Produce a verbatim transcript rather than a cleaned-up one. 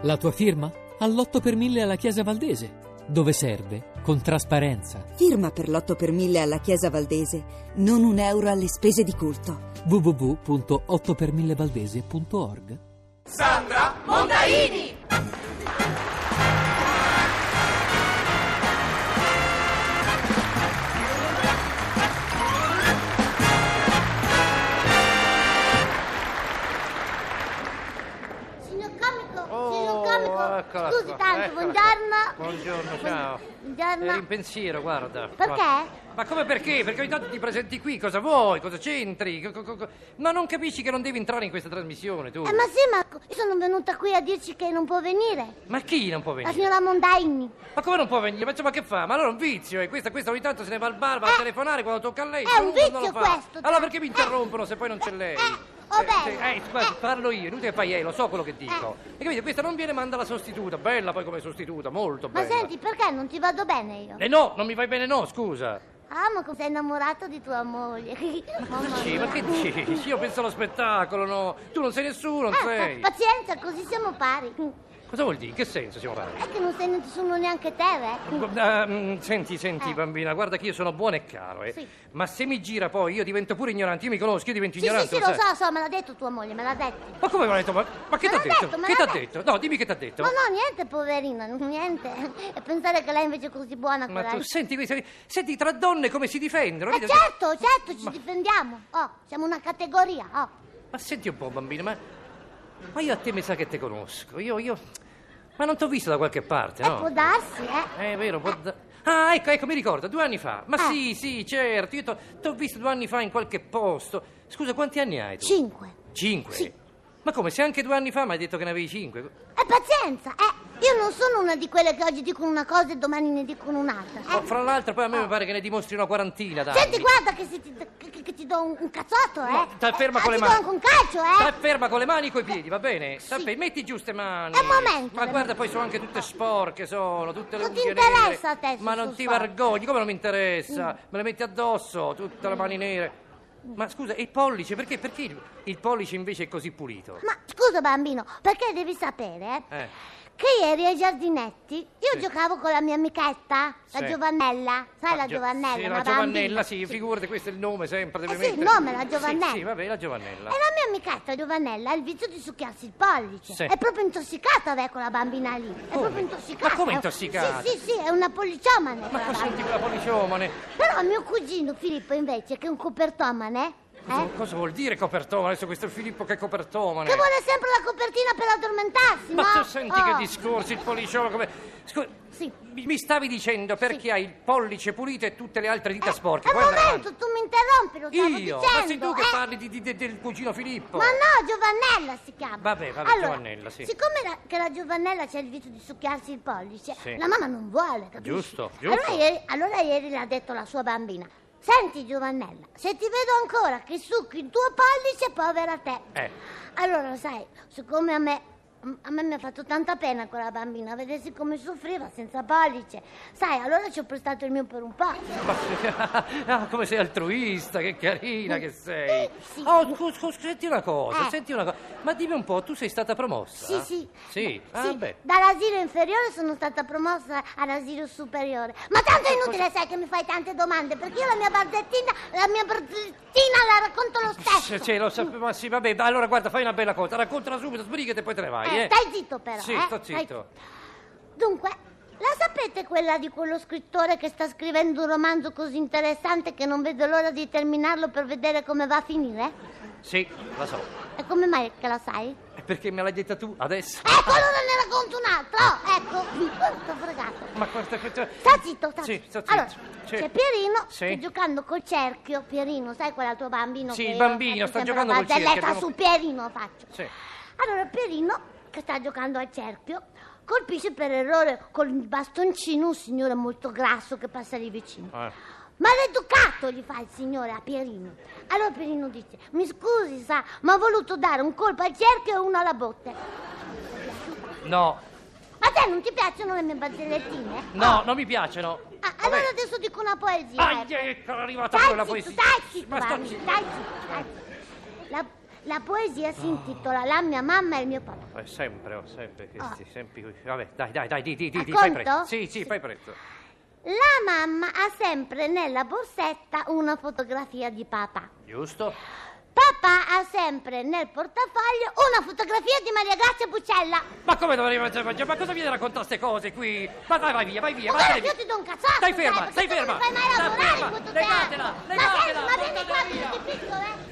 La tua firma? All'otto per mille alla Chiesa Valdese, dove serve con trasparenza. Firma per l'otto per mille alla Chiesa Valdese, non un euro alle spese di culto. w w w punto otto per mille valdese punto org. Sandra Mondaini! Eccola Scusi qua, tanto, eccola buongiorno. qua. Buongiorno, ciao. Buongiorno. Eri in pensiero, guarda. Perché? Guarda. Ma come perché? Perché ogni tanto ti presenti qui, cosa vuoi? Cosa c'entri? Co- co- co- Ma non capisci che non devi entrare in questa trasmissione, tu? Eh, ma sì, ma io sono venuta qui a dirci che non può venire. Ma chi non può La venire? signora Mondaini. Ma come non può venire? Ma insomma, che fa? Ma allora è un vizio, e questa, questa ogni tanto se ne va al bar, va a Eh. telefonare quando tocca a lei. È un non- non lo vizio fa. questo. Allora perché mi interrompono se poi non c'è lei? Eh, oh, Eh, bene. sì, eh, guarda, Eh. parlo io, inutile fai lei, lo so quello che dico. E capite, questa non viene, manda la sostituta, bella poi come sostituta, molto Ma bella. senti, perché non ti vado bene io? Eh no, non mi vai bene no, scusa. Ah, ma come sei innamorato di tua moglie? Mamma Sì, mia. ma che dici? Io penso allo spettacolo, no? Tu non sei nessuno, non Eh, sei. pa- pazienza, così siamo pari. Cosa vuol dire? In che senso siamo pari? È che non sei nessuno neanche te, eh? Ah, mm, senti, senti, Eh. bambina, guarda che io sono buono e caro, eh. Sì. Ma se mi gira poi io divento pure ignorante, io mi conosco, io divento Sì, sì, ignorante. sì, lo sai? so, so, me l'ha detto tua moglie, me l'ha detto. Ma come me l'ha detto? Ma, ma che Me t'ha l'ha detto? detto, me Che l'ha t'ha detto. detto? No, dimmi che t'ha detto. Ma no, niente, poverina, niente. E pensare che lei invece è così buona Ma quella. tu senti, senti, senti tra donne come si difendono? Eh vedi? certo, certo, ci Ma- difendiamo. Oh, siamo una categoria, oh. Ma senti un po', bambina, ma, ma io a te mi sa che te conosco. Io, io. Ma non t'ho visto da qualche parte, Eh, no? può darsi, eh. Eh, è vero, può da- Ah, ecco, ecco, mi ricordo, due anni fa. Ma Eh. sì, sì, certo, io t'ho t'ho visto due anni fa in qualche posto. Scusa, quanti anni hai tu? Cinque. Cinque? Sì. Ma come, se anche due anni fa mi hai detto che ne avevi cinque? E pazienza, eh. Io non sono una di quelle che oggi dicono una cosa e domani ne dicono un'altra. Eh. Oh, fra l'altro poi a me Oh. mi pare che ne dimostri una quarantina d'anni. Senti, guarda che, se ti, che, che- che ti do un, un cazzotto, eh. No, stai ferma Eh, con le ti mani. do anche un calcio, eh. Stai ferma con le mani e coi piedi, va bene? Sì. Sappi, metti giù ste mani. È un momento, Ma le guarda, mani. poi sono anche tutte sporche, sono, tutte le Non ti unghie interessa nere. a te se Ma non sono ti sporche. vergogni, come non mi interessa? Me le metti addosso, tutte le mani nere. Ma scusa, e il pollice? Perché, perché il, il pollice invece è così pulito? Ma scusa bambino, perché devi sapere eh, Eh. che ieri ai giardinetti io Sì. giocavo con la mia amichetta, la Sì. Giovannella. Sai la Gio- Giovannella? Sì, una la Giovannella, bambina. sì, figurati, questo è il nome sempre, deve Eh sì, il mettere. nome, la Giovannella. Sì, sì, vabbè, la Giovannella. E la mia amichetta Giovannella ha il vizio di succhiarsi il pollice. Sì. È proprio intossicata, beh, quella bambina lì. È Come? proprio intossicata. Ma come È un- intossicata? Sì, sì, sì, è una polliciomane. Ma quella cosa bambina. senti quella policiomane? Però mio cugino Filippo invece, che è un copertomane, Cosa, eh, cosa vuol dire copertomane? Adesso questo è Filippo che è copertomane. che vuole sempre la copertina per addormentarsi, Ma no? tu senti Oh. che discorsi, il policiolo come... Scusa, Sì. mi mi stavi dicendo perché hai il pollice pulito e tutte le altre dita sporche. Eh, un Guarda, momento, tu mi interrompi, lo stavo io? dicendo. Ma sei tu che eh. parli di- di- de- del cugino Filippo? Ma no, Giovannella si chiama. Vabbè, vabbè, allora, Giovannella, sì. Siccome la, che la Giovannella c'è il vizio di succhiarsi il pollice, Sì. la mamma non vuole, capisci? Giusto, giusto. Allora ieri, allora ieri le ha detto la sua bambina: senti Giovannella, se ti vedo ancora che succhi il tuo pollice, povera te. Eh. Allora, sai, siccome a me... A me mi ha fatto tanta pena quella bambina, vedersi come soffriva senza pollice. Sai, allora ci ho prestato il mio per un po'. Ah, come sei altruista, che carina che sei. Sì. Oh, scusa, scusa, senti una cosa, Eh. senti una cosa. Ma dimmi un po', tu sei stata promossa? Sì, sì. Sì? Ah, Sì, beh. dall'asilo inferiore sono stata promossa all'asilo superiore. Ma tanto è inutile, sai, che mi fai tante domande, perché io la mia barzettina, la mia barzettina la racconto lo stesso. Sì, sì, lo sapevo, ma sì, vabbè, dai, allora guarda, fai una bella cosa, raccontala subito, sbrigati e poi te ne vai, Eh, eh. stai zitto però, Sì, eh, sto stai zitto. Dunque, la sapete quella di quello scrittore che sta scrivendo un romanzo così interessante che non vedo l'ora di terminarlo per vedere come va a finire? Sì, la so. E come mai che la sai? È perché me l'hai detta tu adesso? Ecco, allora ne racconto un altro, ecco, sto fregato. Ma questa questa... Sta zitto, sta Sì, zitto. sto zitto. Allora, Sì. c'è Pierino Sì. che giocando col cerchio, Pierino, sai quel tuo bambino Sì, che il io bambino, faccio sta sempre giocando la col cerchio, barzelletta abbiamo- su Pierino faccio. Sì. Allora Pierino, che sta giocando al cerchio, colpisce per errore col bastoncino un signore molto grasso che passa lì vicino. Eh. Maleducato, gli fa il signore a Pierino. Allora Pierino dice: mi scusi, sa, ma ho voluto dare un colpo al cerchio e uno alla botte. No, Ma a te non ti piacciono le mie bazzellettine? no, non mi piacciono. Ah, Vabbè. allora adesso dico una poesia. Ah, ecco. ecco, è arrivata Stai quella zitto, poesia. stai zitto, Ma sto Bambi, zitto. stai zitto, stai zitto. La, La poesia si intitola La mia mamma e il mio papà. Eh, sempre, oh, sempre questi, Oh. sempre qui. Vabbè, dai, dai, dai, di, di, di, di, A fai conto? presto. Sì, sì, fai presto. La mamma ha sempre nella borsetta una fotografia di papà. Giusto? Papà ha sempre nel portafoglio una fotografia di Maria Grazia Pucella. Ma come dovrei mangiare? Ma cosa viene a raccontare queste cose qui? Ma dai, vai via, vai via, Ma guarda vattene che io via. ti do un cazzotto. Stai ferma, sai, stai perché tu ferma. non fai mai Stai lavorare ferma. in questo Legatela, teatro. legatela, Ma senti, ma vieni portatela qua, via. ti picco, eh.